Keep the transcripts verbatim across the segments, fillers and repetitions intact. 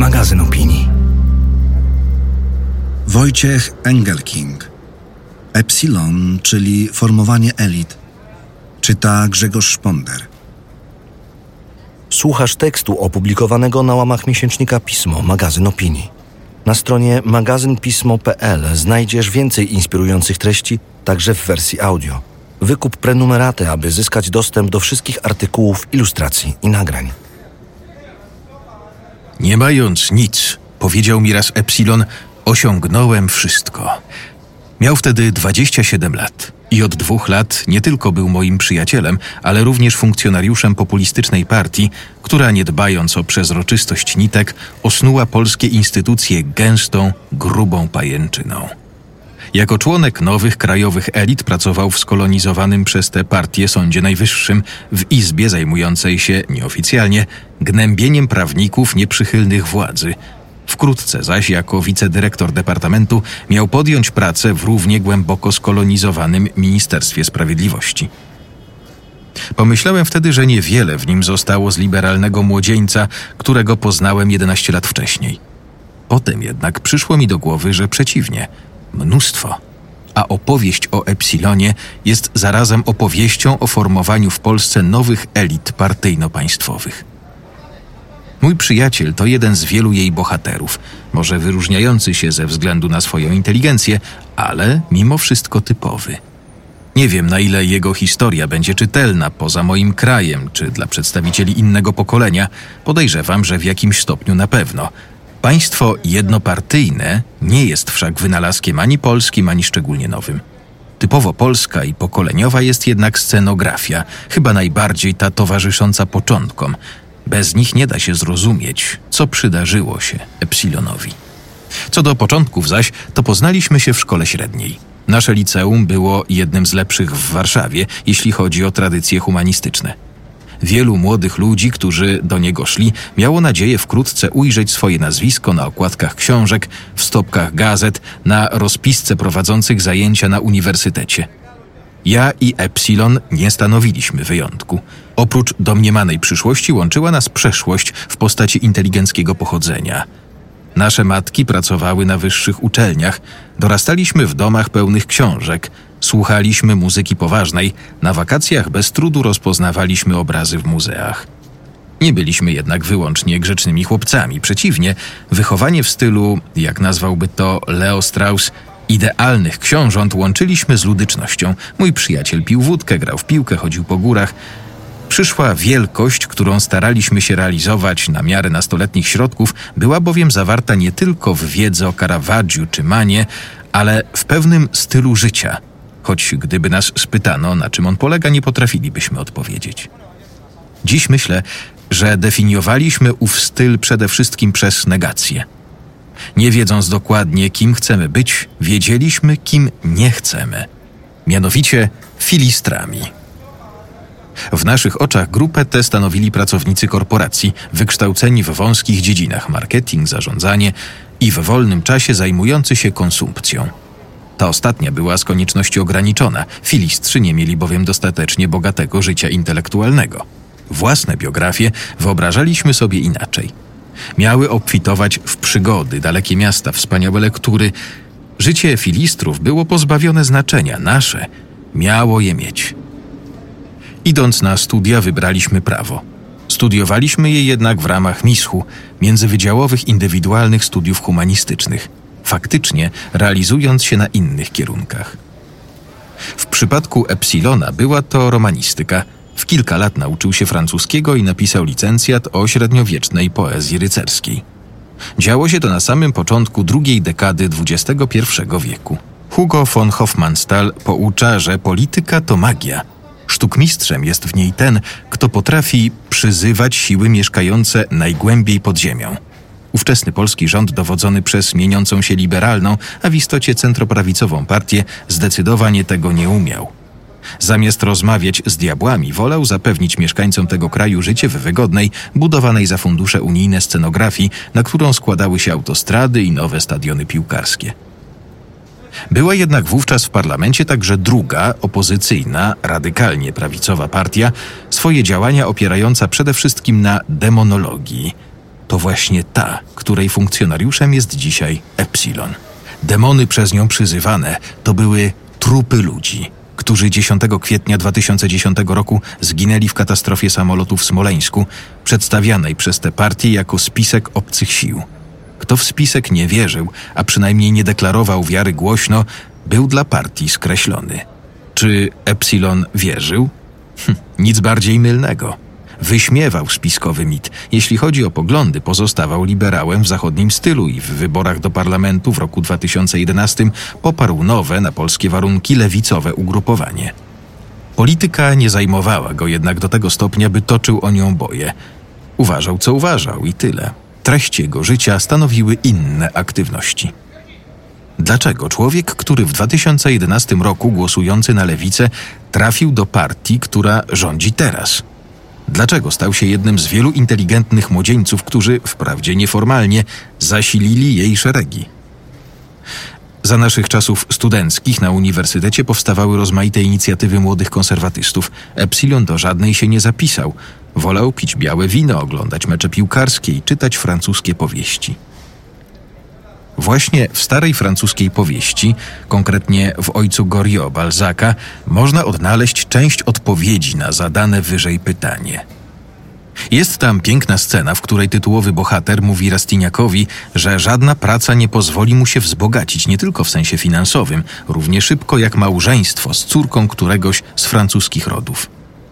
magazyn opinii. Wojciech Engelking. Epsilon, czyli formowanie elit. Czyta Grzegorz Szponder. Słuchasz tekstu opublikowanego na łamach miesięcznika Pismo, magazyn opinii. Na stronie magazyn pismo kropka p l znajdziesz więcej inspirujących treści, także w wersji audio. Wykup prenumeraty, aby zyskać dostęp do wszystkich artykułów, ilustracji i nagrań. Nie mając nic, powiedział mi raz Epsilon, osiągnąłem wszystko. Miał wtedy dwadzieścia siedem lat i od dwóch lat nie tylko był moim przyjacielem, ale również funkcjonariuszem populistycznej partii, która nie dbając o przezroczystość nitek, osnuła polskie instytucje gęstą, grubą pajęczyną. Jako członek nowych krajowych elit pracował w skolonizowanym przez tę partię Sądzie Najwyższym w izbie zajmującej się, nieoficjalnie, gnębieniem prawników nieprzychylnych władzy. Wkrótce zaś jako wicedyrektor departamentu miał podjąć pracę w równie głęboko skolonizowanym Ministerstwie Sprawiedliwości. Pomyślałem wtedy, że niewiele w nim zostało z liberalnego młodzieńca, którego poznałem jedenaście lat wcześniej. Potem jednak przyszło mi do głowy, że przeciwnie, mnóstwo. A opowieść o Epsilonie jest zarazem opowieścią o formowaniu w Polsce nowych elit partyjno-państwowych. Mój przyjaciel to jeden z wielu jej bohaterów, może wyróżniający się ze względu na swoją inteligencję, ale mimo wszystko typowy. Nie wiem, na ile jego historia będzie czytelna poza moim krajem, czy dla przedstawicieli innego pokolenia. Podejrzewam, że w jakimś stopniu na pewno. Państwo jednopartyjne nie jest wszak wynalazkiem ani polskim, ani szczególnie nowym. Typowo polska i pokoleniowa jest jednak scenografia, chyba najbardziej ta towarzysząca początkom. Bez nich nie da się zrozumieć, co przydarzyło się Epsilonowi. Co do początków zaś, to poznaliśmy się w szkole średniej. Nasze liceum było jednym z lepszych w Warszawie, jeśli chodzi o tradycje humanistyczne. Wielu młodych ludzi, którzy do niego szli, miało nadzieję wkrótce ujrzeć swoje nazwisko na okładkach książek, w stopkach gazet, na rozpisce prowadzących zajęcia na uniwersytecie. Ja i Epsilon nie stanowiliśmy wyjątku. Oprócz domniemanej przyszłości łączyła nas przeszłość w postaci inteligenckiego pochodzenia. Nasze matki pracowały na wyższych uczelniach, dorastaliśmy w domach pełnych książek, słuchaliśmy muzyki poważnej, na wakacjach bez trudu rozpoznawaliśmy obrazy w muzeach. Nie byliśmy jednak wyłącznie grzecznymi chłopcami. Przeciwnie, wychowanie w stylu, jak nazwałby to Leo Strauss, idealnych książąt łączyliśmy z ludycznością. Mój przyjaciel pił wódkę, grał w piłkę, chodził po górach. Przyszła wielkość, którą staraliśmy się realizować na miarę nastoletnich środków, była bowiem zawarta nie tylko w wiedzy o Caravaggiu czy Manie, ale w pewnym stylu życia. Choć gdyby nas spytano, na czym on polega, nie potrafilibyśmy odpowiedzieć. Dziś myślę, że definiowaliśmy ów styl przede wszystkim przez negację. Nie wiedząc dokładnie, kim chcemy być, wiedzieliśmy, kim nie chcemy. Mianowicie filistrami. W naszych oczach grupę tę stanowili pracownicy korporacji, wykształceni w wąskich dziedzinach marketing, zarządzanie i w wolnym czasie zajmujący się konsumpcją. Ta ostatnia była z konieczności ograniczona, filistrzy nie mieli bowiem dostatecznie bogatego życia intelektualnego. Własne biografie wyobrażaliśmy sobie inaczej. Miały obfitować w przygody, dalekie miasta, wspaniałe lektury. Życie filistrów było pozbawione znaczenia, nasze miało je mieć. Idąc na studia, wybraliśmy prawo. Studiowaliśmy je jednak w ramach mischu, międzywydziałowych indywidualnych studiów humanistycznych, faktycznie realizując się na innych kierunkach. W przypadku Epsilona była to romanistyka. W kilka lat nauczył się francuskiego i napisał licencjat o średniowiecznej poezji rycerskiej. Działo się to na samym początku drugiej dekady dwudziestego pierwszego wieku. Hugo von Hofmannsthal poucza, że polityka to magia. Sztukmistrzem jest w niej ten, kto potrafi przyzywać siły mieszkające najgłębiej pod ziemią. Ówczesny polski rząd dowodzony przez mieniącą się liberalną, a w istocie centroprawicową partię zdecydowanie tego nie umiał. Zamiast rozmawiać z diabłami, wolał zapewnić mieszkańcom tego kraju życie w wygodnej, budowanej za fundusze unijne scenografii, na którą składały się autostrady i nowe stadiony piłkarskie. Była jednak wówczas w parlamencie także druga, opozycyjna, radykalnie prawicowa partia, swoje działania opierająca przede wszystkim na demonologii. to właśnie ta, której funkcjonariuszem jest dzisiaj Epsilon. Demony przez nią przyzywane to były trupy ludzi, którzy dziesiątego kwietnia dwa tysiące dziesiątego roku zginęli w katastrofie samolotu w Smoleńsku, przedstawianej przez tę partię jako spisek obcych sił. Kto w spisek nie wierzył, a przynajmniej nie deklarował wiary głośno, był dla partii skreślony. Czy Epsilon wierzył? Hm, nic bardziej mylnego. Wyśmiewał spiskowy mit. Jeśli chodzi o poglądy, pozostawał liberałem w zachodnim stylu i w wyborach do parlamentu w roku dwa tysiące jedenastym poparł nowe, na polskie warunki, lewicowe ugrupowanie. Polityka nie zajmowała go jednak do tego stopnia, by toczył o nią boje. Uważał, co uważał i tyle. Treść jego życia stanowiły inne aktywności. Dlaczego człowiek, który w dwa tysiące jedenastym roku głosujący na lewicę, trafił do partii, która rządzi teraz? Dlaczego stał się jednym z wielu inteligentnych młodzieńców, którzy, wprawdzie nieformalnie, zasilili jej szeregi? Za naszych czasów studenckich na uniwersytecie powstawały rozmaite inicjatywy młodych konserwatystów. Epsilon do żadnej się nie zapisał. Wolał pić białe wino, oglądać mecze piłkarskie i czytać francuskie powieści. Właśnie w starej francuskiej powieści, konkretnie w Ojcu Goriot Balzaca, można odnaleźć część odpowiedzi na zadane wyżej pytanie. Jest tam piękna scena, w której tytułowy bohater mówi Rastignacowi, że żadna praca nie pozwoli mu się wzbogacić nie tylko w sensie finansowym, równie szybko jak małżeństwo z córką któregoś z francuskich rodów.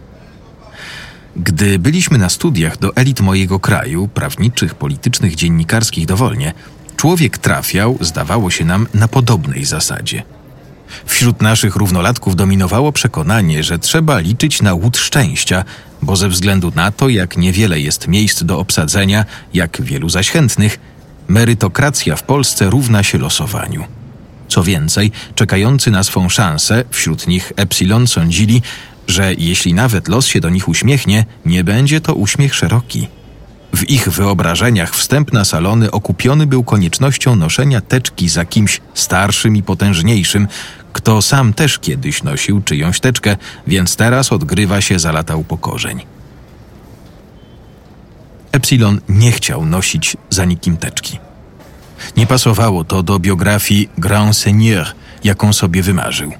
Gdy byliśmy na studiach do elit mojego kraju, prawniczych, politycznych, dziennikarskich dowolnie, człowiek trafiał, zdawało się nam, na podobnej zasadzie. Wśród naszych równolatków dominowało przekonanie, że trzeba liczyć na łód szczęścia, bo ze względu na to, jak niewiele jest miejsc do obsadzenia, jak wielu zaś chętnych, merytokracja w Polsce równa się losowaniu. Co więcej, czekający na swą szansę, wśród nich Epsilon, sądzili, że jeśli nawet los się do nich uśmiechnie, nie będzie to uśmiech szeroki. W ich wyobrażeniach wstęp na salony okupiony był koniecznością noszenia teczki za kimś starszym i potężniejszym, kto sam też kiedyś nosił czyjąś teczkę, więc teraz odgrywa się za lata upokorzeń. Epsilon nie chciał nosić za nikim teczki. Nie pasowało to do biografii Grand Seigneur, jaką sobie wymarzył.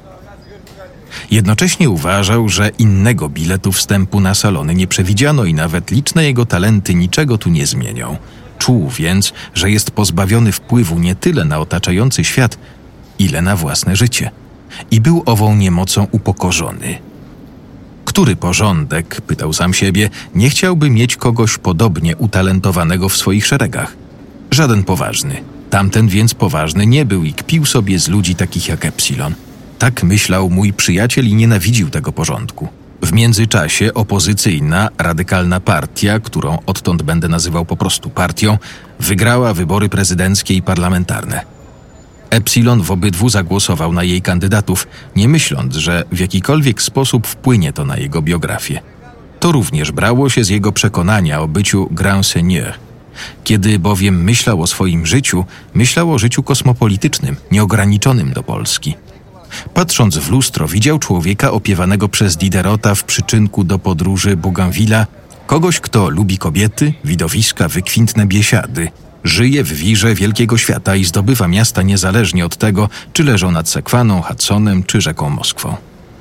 Jednocześnie uważał, że innego biletu wstępu na salony nie przewidziano i nawet liczne jego talenty niczego tu nie zmienią. Czuł więc, że jest pozbawiony wpływu nie tyle na otaczający świat, ile na własne życie. I był ową niemocą upokorzony. Który porządek, pytał sam siebie, nie chciałby mieć kogoś podobnie utalentowanego w swoich szeregach? Żaden poważny. Tamten więc poważny nie był i kpił sobie z ludzi takich jak Epsilon. Tak myślał mój przyjaciel i nienawidził tego porządku. W międzyczasie opozycyjna, radykalna partia, którą odtąd będę nazywał po prostu partią, wygrała wybory prezydenckie i parlamentarne. Epsilon w obydwu zagłosował na jej kandydatów, nie myśląc, że w jakikolwiek sposób wpłynie to na jego biografię. To również brało się z jego przekonania o byciu Grand Seigneur. Kiedy bowiem myślał o swoim życiu, myślał o życiu kosmopolitycznym, nieograniczonym do Polski. Patrząc w lustro, widział człowieka opiewanego przez Diderota w przyczynku do podróży Bougainville'a, kogoś, kto lubi kobiety, widowiska, wykwintne biesiady, żyje w wirze wielkiego świata i zdobywa miasta niezależnie od tego, czy leżą nad Sekwaną, Hudsonem czy rzeką Moskwą.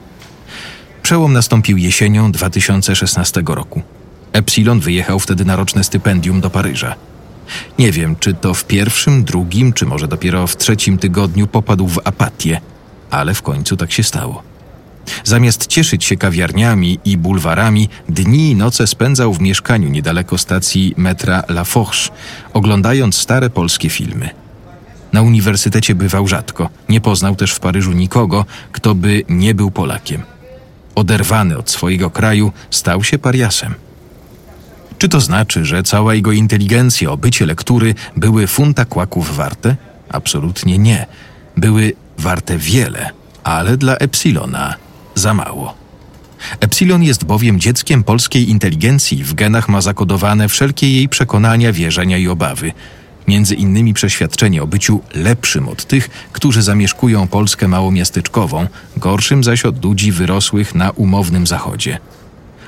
Przełom nastąpił jesienią dwa tysiące szesnastego roku. Epsilon wyjechał wtedy na roczne stypendium do Paryża. Nie wiem, czy to w pierwszym, drugim, czy może dopiero w trzecim tygodniu popadł w apatię, ale w końcu tak się stało. Zamiast cieszyć się kawiarniami i bulwarami, dni i noce spędzał w mieszkaniu niedaleko stacji metra La Forge, oglądając stare polskie filmy. Na uniwersytecie bywał rzadko, nie poznał też w Paryżu nikogo, kto by nie był Polakiem. Oderwany od swojego kraju, stał się pariasem. Czy to znaczy, że cała jego inteligencja, obycie, lektury były funta kłaków warte? Absolutnie nie. Były warte wiele, ale dla Epsilona za mało. Epsilon jest bowiem dzieckiem polskiej inteligencji, w genach ma zakodowane wszelkie jej przekonania, wierzenia i obawy. Między innymi przeświadczenie o byciu lepszym od tych, którzy zamieszkują Polskę małomiasteczkową, gorszym zaś od ludzi wyrosłych na umownym zachodzie.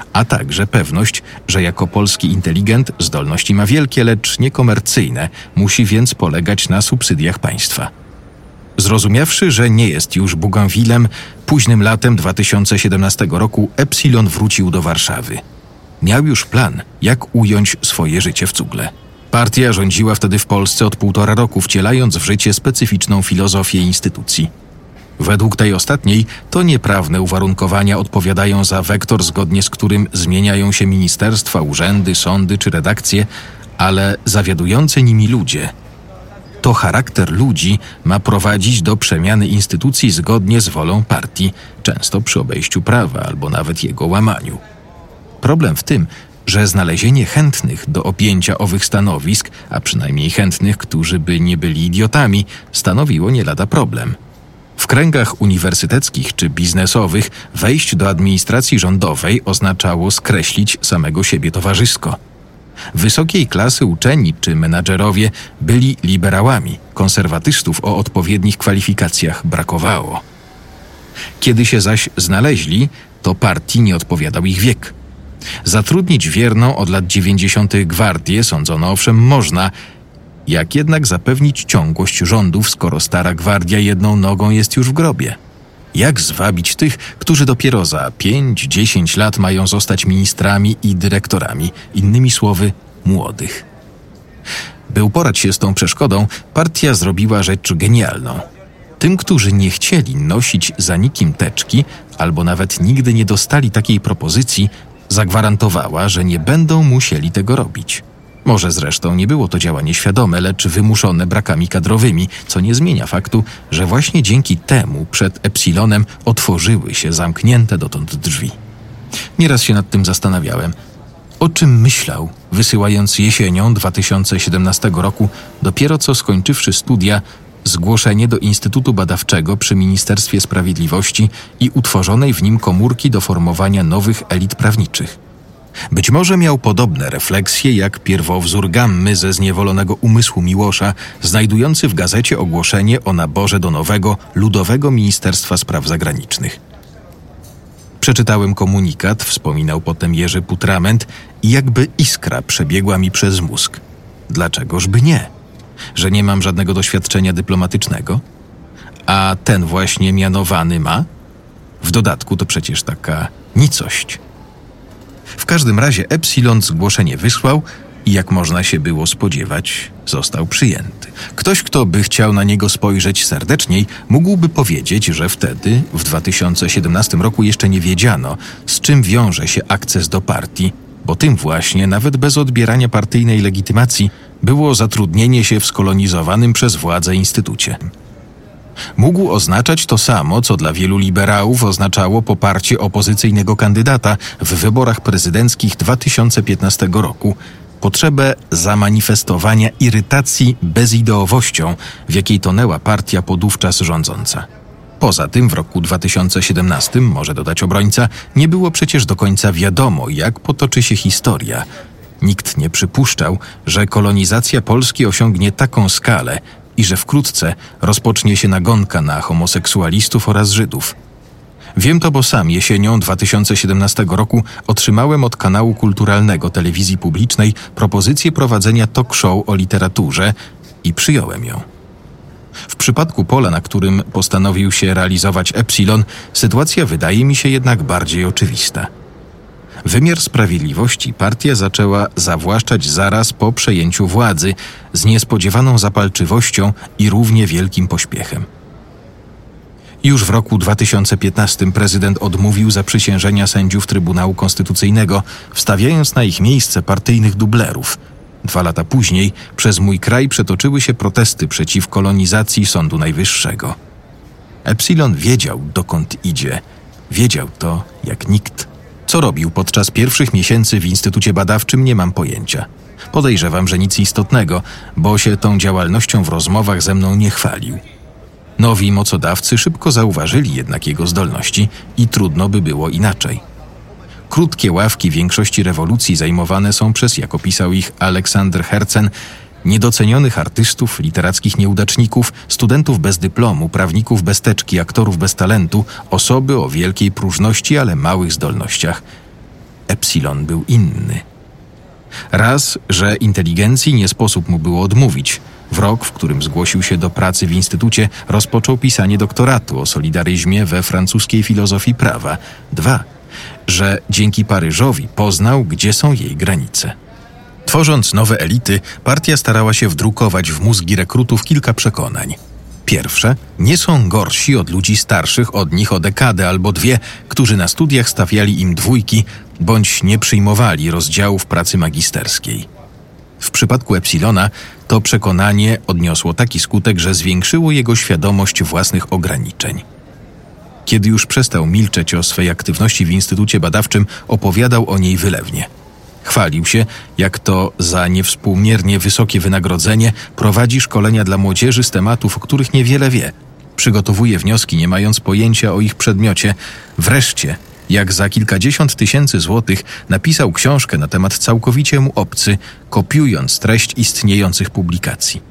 a także pewność, że jako polski inteligent zdolności ma wielkie, lecz niekomercyjne, musi więc polegać na subsydiach państwa. Zrozumiawszy, że nie jest już Bougainvillem, późnym latem dwa tysiące siedemnastego roku Epsilon wrócił do Warszawy. Miał już plan, jak ująć swoje życie w cugle. Partia rządziła wtedy w Polsce od półtora roku, wcielając w życie specyficzną filozofię instytucji. Według tej ostatniej to nieprawne uwarunkowania odpowiadają za wektor, zgodnie z którym zmieniają się ministerstwa, urzędy, sądy czy redakcje, ale zawiadujący nimi ludzie. To charakter ludzi ma prowadzić do przemiany instytucji zgodnie z wolą partii, często przy obejściu prawa albo nawet jego łamaniu. Problem w tym, że znalezienie chętnych do objęcia owych stanowisk, a przynajmniej chętnych, którzy by nie byli idiotami, stanowiło nie lada problem. W kręgach uniwersyteckich czy biznesowych wejść do administracji rządowej oznaczało skreślić samego siebie towarzysko. Wysokiej klasy uczeni czy menadżerowie byli liberałami, konserwatystów o odpowiednich kwalifikacjach brakowało. Kiedy się zaś znaleźli, to partii nie odpowiadał ich wiek. Zatrudnić wierną od lat dziewięćdziesiątych gwardię sądzono owszem można, jak jednak zapewnić ciągłość rządów, skoro stara gwardia jedną nogą jest już w grobie? Jak zwabić tych, którzy dopiero za pięć dziesięć lat mają zostać ministrami i dyrektorami, innymi słowy młodych? By uporać się z tą przeszkodą, partia zrobiła rzecz genialną. Tym, którzy nie chcieli nosić za nikim teczki, albo nawet nigdy nie dostali takiej propozycji, zagwarantowała, że nie będą musieli tego robić. Może zresztą nie było to działanie świadome, lecz wymuszone brakami kadrowymi, co nie zmienia faktu, że właśnie dzięki temu przed Epsilonem otworzyły się zamknięte dotąd drzwi. Nieraz się nad tym zastanawiałem. O czym myślał, wysyłając jesienią dwa tysiące siedemnastego roku, dopiero co skończywszy studia, zgłoszenie do Instytutu Badawczego przy Ministerstwie Sprawiedliwości i utworzonej w nim komórki do formowania nowych elit prawniczych. Być może miał podobne refleksje jak pierwowzór Gammy ze zniewolonego umysłu Miłosza, znajdujący w gazecie ogłoszenie o naborze do nowego, ludowego Ministerstwa Spraw Zagranicznych. Przeczytałem komunikat, wspominał potem Jerzy Putrament, i jakby iskra przebiegła mi przez mózg. Dlaczegożby nie? Że nie mam żadnego doświadczenia dyplomatycznego? A ten właśnie mianowany ma? W dodatku to przecież taka nicość. W każdym razie Epsilon zgłoszenie wysłał i jak można się było spodziewać, został przyjęty. Ktoś, kto by chciał na niego spojrzeć serdeczniej, mógłby powiedzieć, że wtedy, w dwa tysiące siedemnastym roku jeszcze nie wiedziano, z czym wiąże się akces do partii, bo tym właśnie, nawet bez odbierania partyjnej legitymacji, było zatrudnienie się w skolonizowanym przez władzę instytucie. Mógł oznaczać to samo, co dla wielu liberałów oznaczało poparcie opozycyjnego kandydata w wyborach prezydenckich dwa tysiące piętnastego roku, potrzebę zamanifestowania irytacji bezideowością, w jakiej tonęła partia podówczas rządząca. Poza tym w roku dwa tysiące siedemnastym, może dodać obrońca, nie było przecież do końca wiadomo, jak potoczy się historia. Nikt nie przypuszczał, że kolonizacja Polski osiągnie taką skalę i że wkrótce rozpocznie się nagonka na homoseksualistów oraz Żydów. Wiem to, bo sam jesienią dwa tysiące siedemnastego roku otrzymałem od kanału kulturalnego telewizji publicznej propozycję prowadzenia talk show o literaturze i przyjąłem ją. W przypadku pola, na którym postanowił się realizować Epsilon, sytuacja wydaje mi się jednak bardziej oczywista. Wymiar sprawiedliwości partia zaczęła zawłaszczać zaraz po przejęciu władzy z niespodziewaną zapalczywością i równie wielkim pośpiechem. Już w roku dwa tysiące piętnastym prezydent odmówił zaprzysiężenia sędziów Trybunału Konstytucyjnego, wstawiając na ich miejsce partyjnych dublerów. Dwa lata później przez mój kraj przetoczyły się protesty przeciw kolonizacji Sądu Najwyższego. Epsilon wiedział, dokąd idzie. Wiedział to jak nikt. Co robił podczas pierwszych miesięcy w Instytucie Badawczym, nie mam pojęcia. Podejrzewam, że nic istotnego, bo się tą działalnością w rozmowach ze mną nie chwalił. Nowi mocodawcy szybko zauważyli jednak jego zdolności i trudno by było inaczej. Krótkie ławki większości rewolucji zajmowane są przez, jak opisał ich Aleksander Herzen, niedocenionych artystów, literackich nieudaczników, studentów bez dyplomu, prawników bez teczki, aktorów bez talentu, osoby o wielkiej próżności, ale małych zdolnościach. Epsilon był inny. Raz, że inteligencji nie sposób mu było odmówić. W rok, w którym zgłosił się do pracy w instytucie, rozpoczął pisanie doktoratu o solidaryzmie we francuskiej filozofii prawa. Dwa, że dzięki Paryżowi poznał, gdzie są jej granice. Tworząc nowe elity, partia starała się wdrukować w mózgi rekrutów kilka przekonań. Pierwsze, nie są gorsi od ludzi starszych od nich o dekadę albo dwie, którzy na studiach stawiali im dwójki bądź nie przyjmowali rozdziałów pracy magisterskiej. W przypadku Epsilona to przekonanie odniosło taki skutek, że zwiększyło jego świadomość własnych ograniczeń. Kiedy już przestał milczeć o swej aktywności w Instytucie Badawczym, opowiadał o niej wylewnie. Chwalił się, jak to za niewspółmiernie wysokie wynagrodzenie prowadzi szkolenia dla młodzieży z tematów, o których niewiele wie. Przygotowuje wnioski, nie mając pojęcia o ich przedmiocie. Wreszcie, jak za kilkadziesiąt tysięcy złotych napisał książkę na temat całkowicie mu obcy, kopiując treść istniejących publikacji.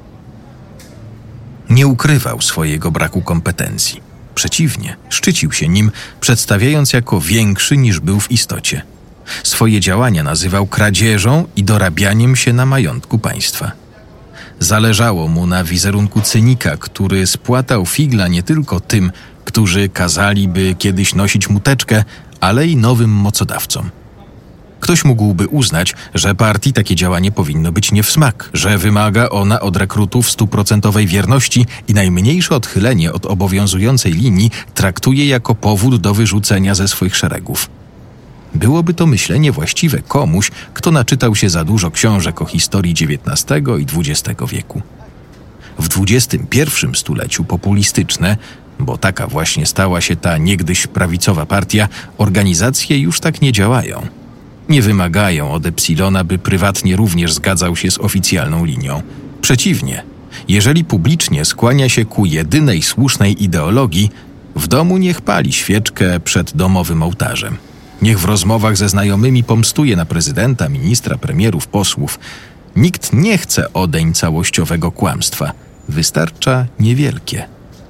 Nie ukrywał swojego braku kompetencji. Przeciwnie, szczycił się nim, przedstawiając jako większy niż był w istocie. Swoje działania nazywał kradzieżą i dorabianiem się na majątku państwa. Zależało mu na wizerunku cynika, który spłatał figla nie tylko tym, którzy kazaliby kiedyś nosić muteczkę, ale i nowym mocodawcom. Ktoś mógłby uznać, że partii takie działanie powinno być nie w smak, że wymaga ona od rekrutów stuprocentowej wierności i najmniejsze odchylenie od obowiązującej linii traktuje jako powód do wyrzucenia ze swoich szeregów. Byłoby to myślenie właściwe komuś, kto naczytał się za dużo książek o historii dziewiętnastego i dwudziestego wieku. W dwudziestym pierwszym stuleciu populistyczne, bo taka właśnie stała się ta niegdyś prawicowa partia, organizacje już tak nie działają. Nie wymagają od Epsilona, by prywatnie również zgadzał się z oficjalną linią. Przeciwnie, jeżeli publicznie skłania się ku jedynej słusznej ideologii, w domu niech pali świeczkę przed domowym ołtarzem. Niech w rozmowach ze znajomymi pomstuje na prezydenta, ministra, premierów, posłów. Nikt nie chce odeń całościowego kłamstwa. Wystarcza niewielkie.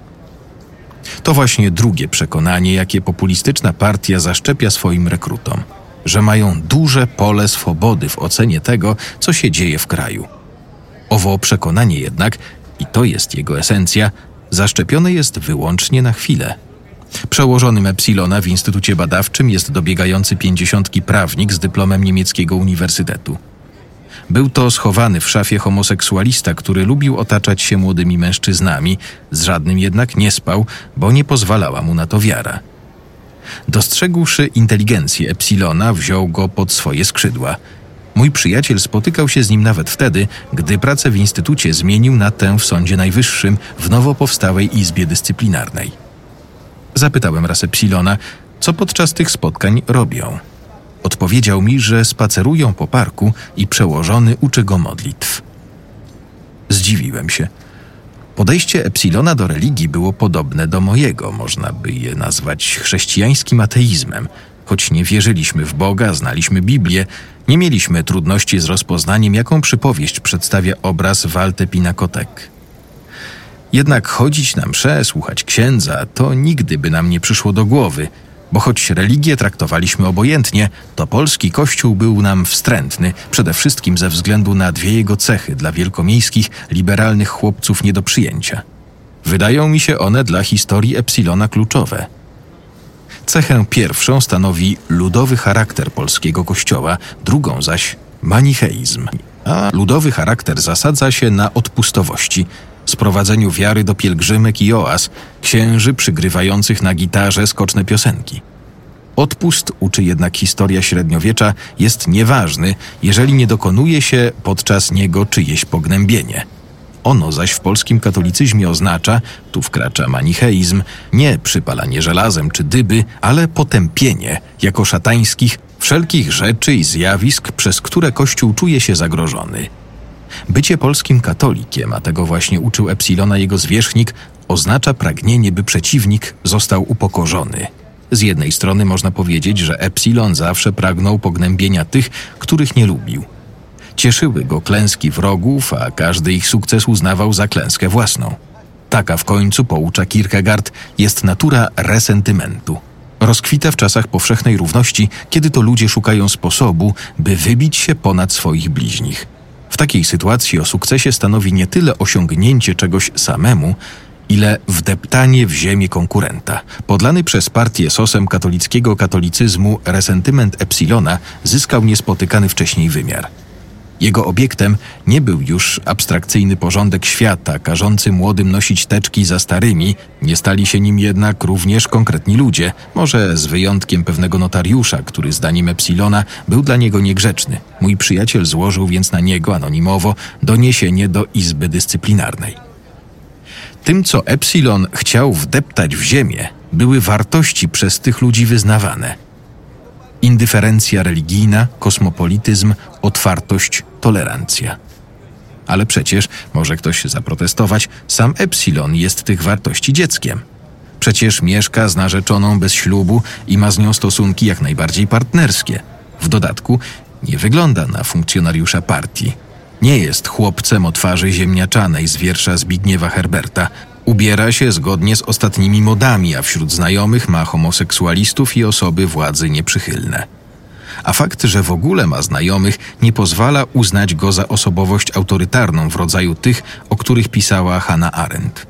To właśnie drugie przekonanie, jakie populistyczna partia zaszczepia swoim rekrutom. Że mają duże pole swobody w ocenie tego, co się dzieje w kraju. Owo przekonanie jednak, i to jest jego esencja, zaszczepione jest wyłącznie na chwilę. Przełożonym Epsilona w Instytucie Badawczym jest dobiegający pięćdziesiątki prawnik z dyplomem niemieckiego uniwersytetu. Był to schowany w szafie homoseksualista, który lubił otaczać się młodymi mężczyznami, z żadnym jednak nie spał, bo nie pozwalała mu na to wiara. Dostrzegłszy inteligencję Epsilona, wziął go pod swoje skrzydła. Mój przyjaciel spotykał się z nim nawet wtedy, gdy pracę w instytucie zmienił na tę w Sądzie Najwyższym w nowo powstałej Izbie Dyscyplinarnej. Zapytałem raz Epsilona, co podczas tych spotkań robią. Odpowiedział mi, że spacerują po parku i przełożony uczy go modlitw. Zdziwiłem się. Podejście Epsilona do religii było podobne do mojego, można by je nazwać chrześcijańskim ateizmem. Choć nie wierzyliśmy w Boga, znaliśmy Biblię, nie mieliśmy trudności z rozpoznaniem, jaką przypowieść przedstawia obraz Walte Pinakotek. Jednak chodzić na msze, słuchać księdza, to nigdy by nam nie przyszło do głowy, bo choć religię traktowaliśmy obojętnie, to polski kościół był nam wstrętny, przede wszystkim ze względu na dwie jego cechy dla wielkomiejskich, liberalnych chłopców nie do przyjęcia. Wydają mi się one dla historii Epsilona kluczowe. Cechę pierwszą stanowi ludowy charakter polskiego kościoła, drugą zaś manicheizm. A ludowy charakter zasadza się na odpustowości, sprowadzeniu wiary do pielgrzymek i oaz, księży przygrywających na gitarze skoczne piosenki. Odpust, uczy jednak historia średniowiecza, jest nieważny, jeżeli nie dokonuje się podczas niego czyjeś pognębienie. Ono zaś w polskim katolicyzmie oznacza, tu wkracza manicheizm, nie przypalanie żelazem czy dyby, ale potępienie jako szatańskich wszelkich rzeczy i zjawisk, przez które Kościół czuje się zagrożony. Bycie polskim katolikiem, a tego właśnie uczył Epsilona jego zwierzchnik, oznacza pragnienie, by przeciwnik został upokorzony. Z jednej strony można powiedzieć, że Epsilon zawsze pragnął pognębienia tych, których nie lubił. Cieszyły go klęski wrogów, a każdy ich sukces uznawał za klęskę własną. Taka w końcu, poucza Kierkegaard, jest natura resentymentu. Rozkwita w czasach powszechnej równości, kiedy to ludzie szukają sposobu, by wybić się ponad swoich bliźnich. W takiej sytuacji o sukcesie stanowi nie tyle osiągnięcie czegoś samemu, ile wdeptanie w ziemię konkurenta. Podlany przez partię sosem katolickiego katolicyzmu resentyment Epsilona zyskał niespotykany wcześniej wymiar. Jego obiektem nie był już abstrakcyjny porządek świata, każący młodym nosić teczki za starymi, nie stali się nim jednak również konkretni ludzie, może z wyjątkiem pewnego notariusza, który zdaniem Epsilona był dla niego niegrzeczny. Mój przyjaciel złożył więc na niego anonimowo doniesienie do Izby Dyscyplinarnej. Tym, co Epsilon chciał wdeptać w ziemię, były wartości przez tych ludzi wyznawane. Indyferencja religijna, kosmopolityzm, otwartość, tolerancja. Ale przecież, może ktoś zaprotestować, sam Epsilon jest tych wartości dzieckiem. Przecież mieszka z narzeczoną bez ślubu i ma z nią stosunki jak najbardziej partnerskie. W dodatku nie wygląda na funkcjonariusza partii. Nie jest chłopcem o twarzy ziemniaczanej z wiersza Zbigniewa Herberta. Ubiera się zgodnie z ostatnimi modami, a wśród znajomych ma homoseksualistów i osoby władzy nieprzychylne. A fakt, że w ogóle ma znajomych, nie pozwala uznać go za osobowość autorytarną w rodzaju tych, o których pisała Hannah Arendt.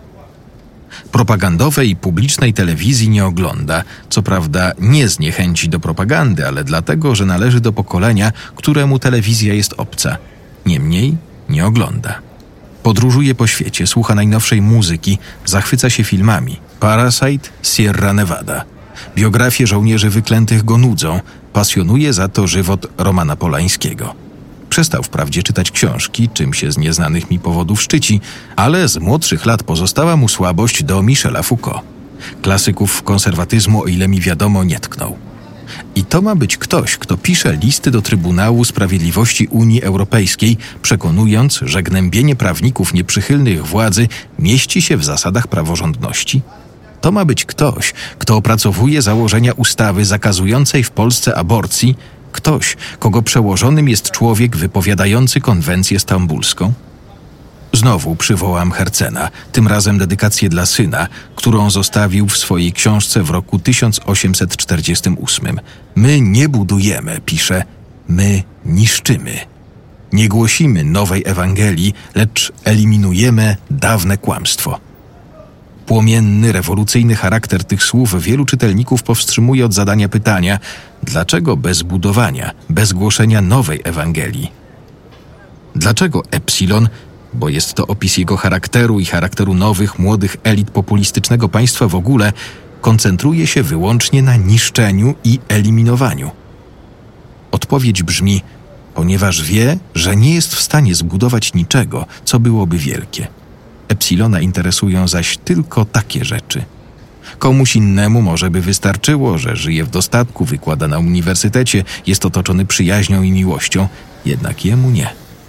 Propagandowej i publicznej telewizji nie ogląda, co prawda nie z niechęci do propagandy, ale dlatego, że należy do pokolenia, któremu telewizja jest obca. Niemniej nie ogląda. Podróżuje po świecie, słucha najnowszej muzyki, zachwyca się filmami. Parasite, Sierra Nevada. Biografie żołnierzy wyklętych go nudzą, pasjonuje za to żywot Romana Polańskiego. Przestał wprawdzie czytać książki, czym się z nieznanych mi powodów szczyci, ale z młodszych lat pozostała mu słabość do Michela Foucault. Klasyków konserwatyzmu, o ile mi wiadomo, nie tknął. I to ma być ktoś, kto pisze listy do Trybunału Sprawiedliwości Unii Europejskiej, przekonując, że gnębienie prawników nieprzychylnych władzy mieści się w zasadach praworządności? To ma być ktoś, kto opracowuje założenia ustawy zakazującej w Polsce aborcji, ktoś, kogo przełożonym jest człowiek wypowiadający konwencję stambulską? Znowu przywołam Hercena, tym razem dedykację dla syna, którą zostawił w swojej książce w roku tysiąc osiemset czterdziestym ósmym. My nie budujemy, pisze, my niszczymy. Nie głosimy nowej Ewangelii, lecz eliminujemy dawne kłamstwo. Płomienny, rewolucyjny charakter tych słów wielu czytelników powstrzymuje od zadania pytania, dlaczego bez budowania, bez głoszenia nowej Ewangelii? Dlaczego Epsilon, bo jest to opis jego charakteru i charakteru nowych, młodych elit populistycznego państwa w ogóle, koncentruje się wyłącznie na niszczeniu i eliminowaniu? Odpowiedź brzmi, ponieważ wie, że nie jest w stanie zbudować niczego, co byłoby wielkie. Epsilona interesują zaś tylko takie rzeczy. Komuś innemu może by wystarczyło, że żyje w dostatku, wykłada na uniwersytecie, jest otoczony przyjaźnią i miłością, jednak jemu nie.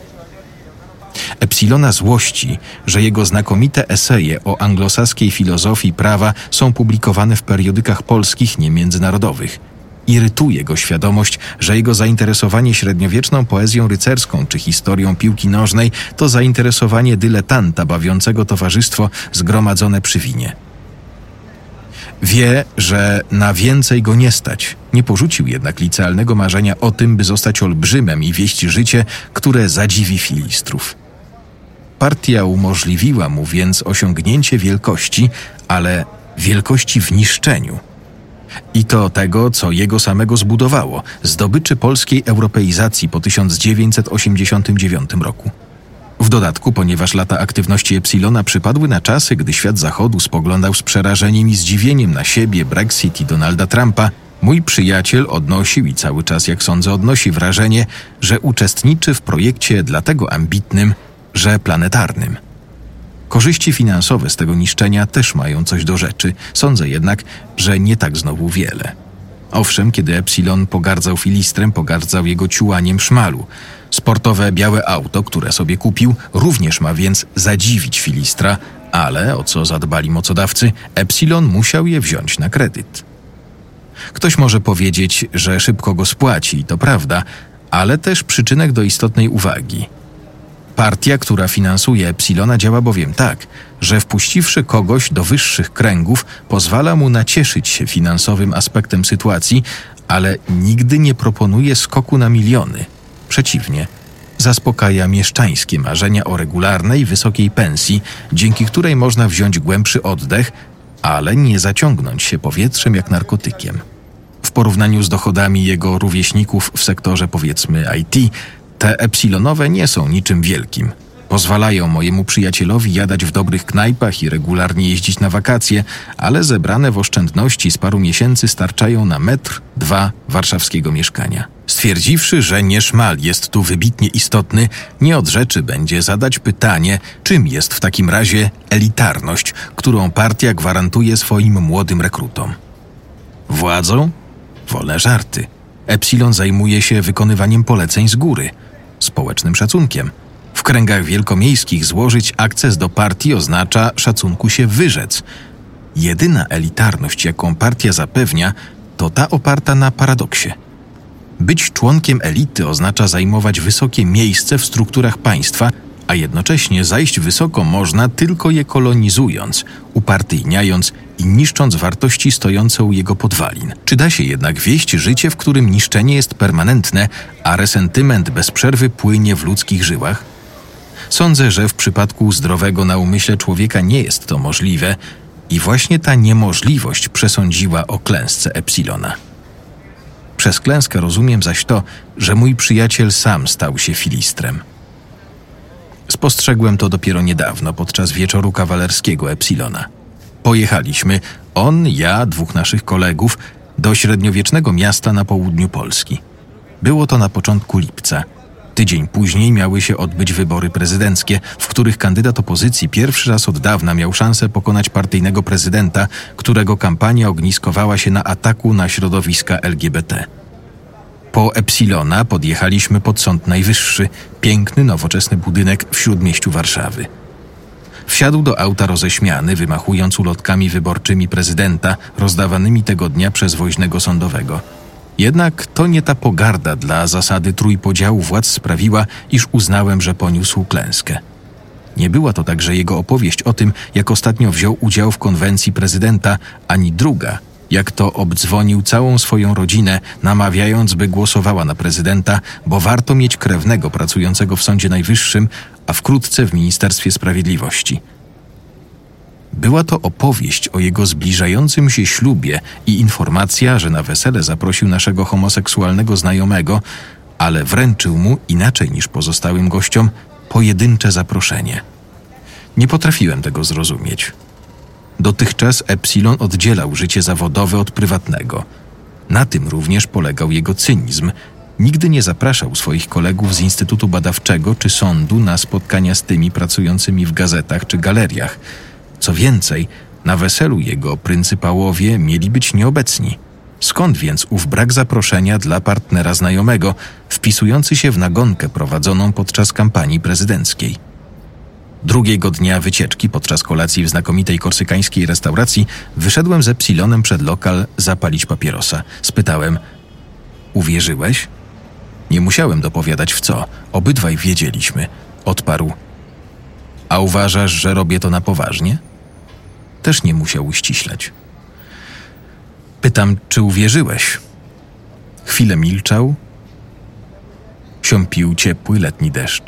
Epsilona złości, że jego znakomite eseje o anglosaskiej filozofii prawa są publikowane w periodykach polskich, nie międzynarodowych. Irytuje go świadomość, że jego zainteresowanie średniowieczną poezją rycerską czy historią piłki nożnej to zainteresowanie dyletanta bawiącego towarzystwo zgromadzone przy winie. Wie, że na więcej go nie stać. Nie porzucił jednak licealnego marzenia o tym, by zostać olbrzymem i wieść życie, które zadziwi filistrów. Partia umożliwiła mu więc osiągnięcie wielkości, ale wielkości w niszczeniu. I to tego, co jego samego zbudowało, zdobyczy polskiej europeizacji po tysiąc dziewięćset osiemdziesiątym dziewiątym roku. W dodatku, ponieważ lata aktywności Epsilona przypadły na czasy, gdy świat Zachodu spoglądał z przerażeniem i zdziwieniem na siebie, Brexit i Donalda Trumpa, mój przyjaciel odnosił i cały czas, jak sądzę, odnosi wrażenie, że uczestniczy w projekcie dlatego ambitnym, że planetarnym. Korzyści finansowe z tego niszczenia też mają coś do rzeczy. Sądzę jednak, że nie tak znowu wiele. Owszem, kiedy Epsilon pogardzał filistrem, pogardzał jego ciułaniem szmalu. Sportowe białe auto, które sobie kupił, również ma więc zadziwić filistra, ale, o co zadbali mocodawcy, Epsilon musiał je wziąć na kredyt. Ktoś może powiedzieć, że szybko go spłaci, to prawda, ale też przyczynek do istotnej uwagi. Partia, która finansuje Epsilona, działa bowiem tak, że wpuściwszy kogoś do wyższych kręgów, pozwala mu nacieszyć się finansowym aspektem sytuacji, ale nigdy nie proponuje skoku na miliony. Przeciwnie, zaspokaja mieszczańskie marzenia o regularnej, wysokiej pensji, dzięki której można wziąć głębszy oddech, ale nie zaciągnąć się powietrzem jak narkotykiem. W porównaniu z dochodami jego rówieśników w sektorze, powiedzmy, I T, te epsilonowe nie są niczym wielkim. Pozwalają mojemu przyjacielowi jadać w dobrych knajpach i regularnie jeździć na wakacje, ale zebrane w oszczędności z paru miesięcy starczają na metr, dwa warszawskiego mieszkania. Stwierdziwszy, że nie szmal jest tu wybitnie istotny, nie od rzeczy będzie zadać pytanie, czym jest w takim razie elitarność, którą partia gwarantuje swoim młodym rekrutom. Władzą? Wolne żarty. Epsilon zajmuje się wykonywaniem poleceń z góry, społecznym szacunkiem. W kręgach wielkomiejskich złożyć akces do partii oznacza szacunku się wyrzec. Jedyna elitarność, jaką partia zapewnia, to ta oparta na paradoksie. Być członkiem elity oznacza zajmować wysokie miejsce w strukturach państwa, a jednocześnie zajść wysoko można tylko je kolonizując, upartyjniając i niszcząc wartości stojące u jego podwalin. Czy da się jednak wieść życie, w którym niszczenie jest permanentne, a resentyment bez przerwy płynie w ludzkich żyłach? Sądzę, że w przypadku zdrowego na umyśle człowieka nie jest to możliwe i właśnie ta niemożliwość przesądziła o klęsce Epsilona. Przez klęskę rozumiem zaś to, że mój przyjaciel sam stał się filistrem. Spostrzegłem to dopiero niedawno, podczas wieczoru kawalerskiego Epsilona. Pojechaliśmy, on, ja, dwóch naszych kolegów, do średniowiecznego miasta na południu Polski. Było to na początku lipca. Tydzień później miały się odbyć wybory prezydenckie, w których kandydat opozycji pierwszy raz od dawna miał szansę pokonać partyjnego prezydenta, którego kampania ogniskowała się na ataku na środowiska L G B T. Po Epsilona podjechaliśmy pod Sąd Najwyższy, piękny, nowoczesny budynek w śródmieściu Warszawy. Wsiadł do auta roześmiany, wymachując ulotkami wyborczymi prezydenta, rozdawanymi tego dnia przez woźnego sądowego. Jednak to nie ta pogarda dla zasady trójpodziału władz sprawiła, iż uznałem, że poniósł klęskę. Nie była to także jego opowieść o tym, jak ostatnio wziął udział w konwencji prezydenta, ani druga, jak to obdzwonił całą swoją rodzinę, namawiając, by głosowała na prezydenta, bo warto mieć krewnego pracującego w Sądzie Najwyższym, a wkrótce w Ministerstwie Sprawiedliwości. Była to opowieść o jego zbliżającym się ślubie i informacja, że na wesele zaprosił naszego homoseksualnego znajomego, ale wręczył mu, inaczej niż pozostałym gościom, pojedyncze zaproszenie. Nie potrafiłem tego zrozumieć. Dotychczas Epsilon oddzielał życie zawodowe od prywatnego. Na tym również polegał jego cynizm. Nigdy nie zapraszał swoich kolegów z Instytutu Badawczego czy sądu na spotkania z tymi pracującymi w gazetach czy galeriach. Co więcej, na weselu jego pryncypałowie mieli być nieobecni. Skąd więc ów brak zaproszenia dla partnera znajomego, wpisujący się w nagonkę prowadzoną podczas kampanii prezydenckiej? Drugiego dnia wycieczki, podczas kolacji w znakomitej korsykańskiej restauracji, wyszedłem z Epsilonem przed lokal zapalić papierosa. Spytałem: uwierzyłeś? Nie musiałem dopowiadać w co, obydwaj wiedzieliśmy. Odparł: a uważasz, że robię to na poważnie? Też nie musiał uściślać. Pytam, czy uwierzyłeś? Chwilę milczał. Siąpił ciepły letni deszcz.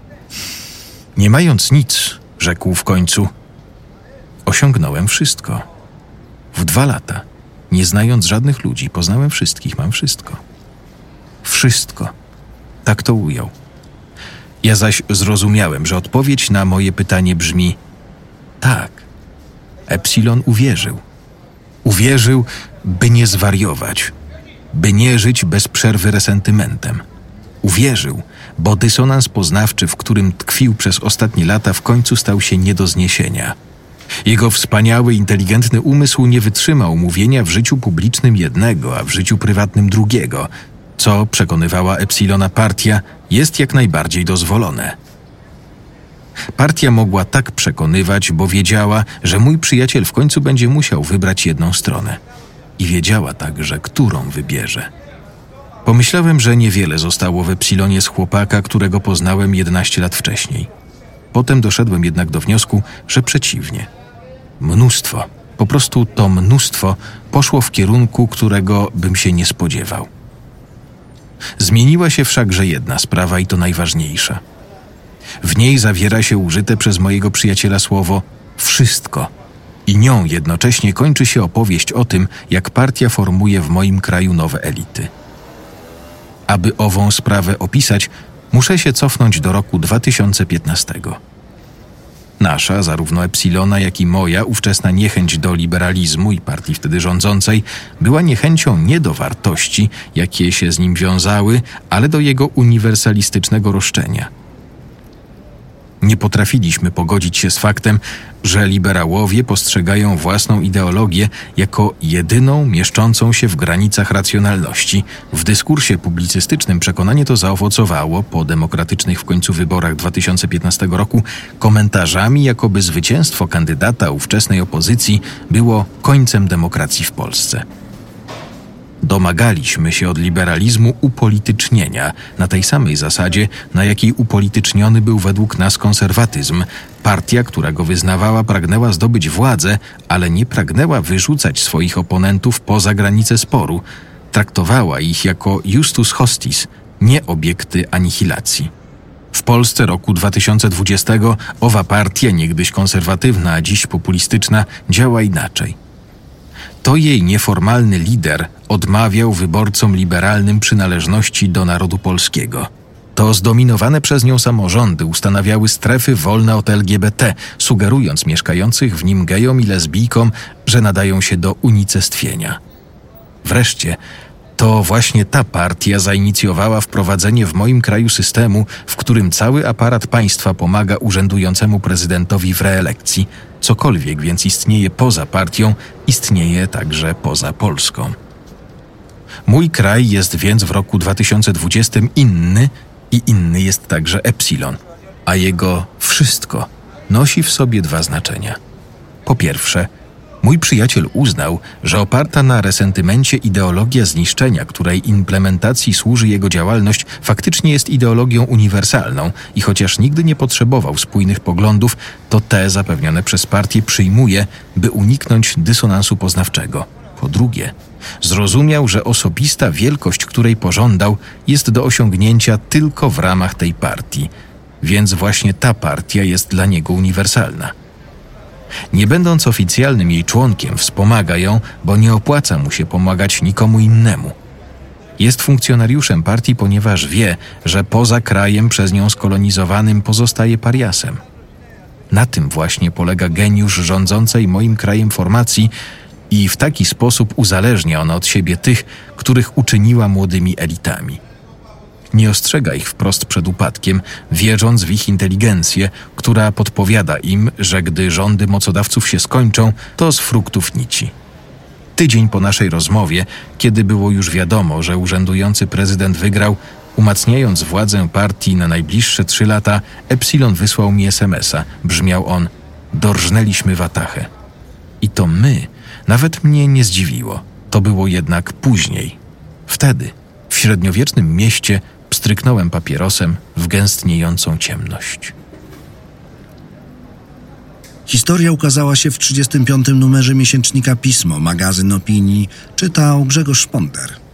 Nie mając nic, rzekł w końcu: osiągnąłem wszystko. W dwa lata, nie znając żadnych ludzi, poznałem wszystkich, mam wszystko. Wszystko. Tak to ujął. Ja zaś zrozumiałem, że odpowiedź na moje pytanie brzmi: tak. Epsilon uwierzył. Uwierzył, by nie zwariować, by nie żyć bez przerwy resentymentem. Uwierzył, bo dysonans poznawczy, w którym tkwił przez ostatnie lata, w końcu stał się nie do zniesienia. Jego wspaniały, inteligentny umysł nie wytrzymał mówienia w życiu publicznym jednego, a w życiu prywatnym drugiego, co, przekonywała Epsilona partia, jest jak najbardziej dozwolone. Partia mogła tak przekonywać, bo wiedziała, że mój przyjaciel w końcu będzie musiał wybrać jedną stronę. I wiedziała także, którą wybierze. Pomyślałem, że niewiele zostało w Epsilonie z chłopaka, którego poznałem jedenaście lat wcześniej. Potem doszedłem jednak do wniosku, że przeciwnie. Mnóstwo, po prostu to mnóstwo poszło w kierunku, którego bym się nie spodziewał. Zmieniła się wszakże jedna sprawa i to najważniejsza. W niej zawiera się użyte przez mojego przyjaciela słowo wszystko i nią jednocześnie kończy się opowieść o tym, jak partia formuje w moim kraju nowe elity. Aby ową sprawę opisać, muszę się cofnąć do roku dwa tysiące piętnastego. Nasza, zarówno Epsilona, jak i moja ówczesna niechęć do liberalizmu i partii wtedy rządzącej była niechęcią nie do wartości, jakie się z nim wiązały, ale do jego uniwersalistycznego roszczenia. Nie potrafiliśmy pogodzić się z faktem, że liberałowie postrzegają własną ideologię jako jedyną mieszczącą się w granicach racjonalności. W dyskursie publicystycznym przekonanie to zaowocowało po demokratycznych w końcu wyborach dwa tysiące piętnastego roku komentarzami, jakoby zwycięstwo kandydata ówczesnej opozycji było końcem demokracji w Polsce. Domagaliśmy się od liberalizmu upolitycznienia na tej samej zasadzie, na jakiej upolityczniony był według nas konserwatyzm. Partia, która go wyznawała, pragnęła zdobyć władzę, ale nie pragnęła wyrzucać swoich oponentów poza granice sporu. Traktowała ich jako justus hostis, nie obiekty anihilacji. W Polsce roku dwa tysiące dwudziestego owa partia, niegdyś konserwatywna, a dziś populistyczna, działa inaczej. To jej nieformalny lider odmawiał wyborcom liberalnym przynależności do narodu polskiego. To zdominowane przez nią samorządy ustanawiały strefy wolne od L G B T, sugerując mieszkających w nim gejom i lesbijkom, że nadają się do unicestwienia. Wreszcie, to właśnie ta partia zainicjowała wprowadzenie w moim kraju systemu, w którym cały aparat państwa pomaga urzędującemu prezydentowi w reelekcji. Cokolwiek więc istnieje poza partią, istnieje także poza Polską. Mój kraj jest więc w roku dwa tysiące dwudziestym inny i inny jest także Epsilon, a jego wszystko nosi w sobie dwa znaczenia. Po pierwsze, mój przyjaciel uznał, że oparta na resentymencie ideologia zniszczenia, której implementacji służy jego działalność, faktycznie jest ideologią uniwersalną i chociaż nigdy nie potrzebował spójnych poglądów, to te zapewnione przez partię przyjmuje, by uniknąć dysonansu poznawczego. Po drugie, zrozumiał, że osobista wielkość, której pożądał, jest do osiągnięcia tylko w ramach tej partii, więc właśnie ta partia jest dla niego uniwersalna. Nie będąc oficjalnym jej członkiem, wspomaga ją, bo nie opłaca mu się pomagać nikomu innemu. Jest funkcjonariuszem partii, ponieważ wie, że poza krajem przez nią skolonizowanym pozostaje pariasem. Na tym właśnie polega geniusz rządzącej moim krajem formacji i w taki sposób uzależnia ona od siebie tych, których uczyniła młodymi elitami. Nie ostrzega ich wprost przed upadkiem, wierząc w ich inteligencję, która podpowiada im, że gdy rządy mocodawców się skończą, to z fruktów nici. Tydzień po naszej rozmowie, kiedy było już wiadomo, że urzędujący prezydent wygrał, umacniając władzę partii na najbliższe trzy lata, Epsilon wysłał mi es em es a. Brzmiał on: dorżnęliśmy watachę. I to my, nawet mnie nie zdziwiło. To było jednak później. Wtedy, w średniowiecznym mieście, pstryknąłem papierosem w gęstniejącą ciemność. Historia ukazała się w trzydziestym piątym numerze miesięcznika Pismo, magazyn opinii, czytał Grzegorz Szponder.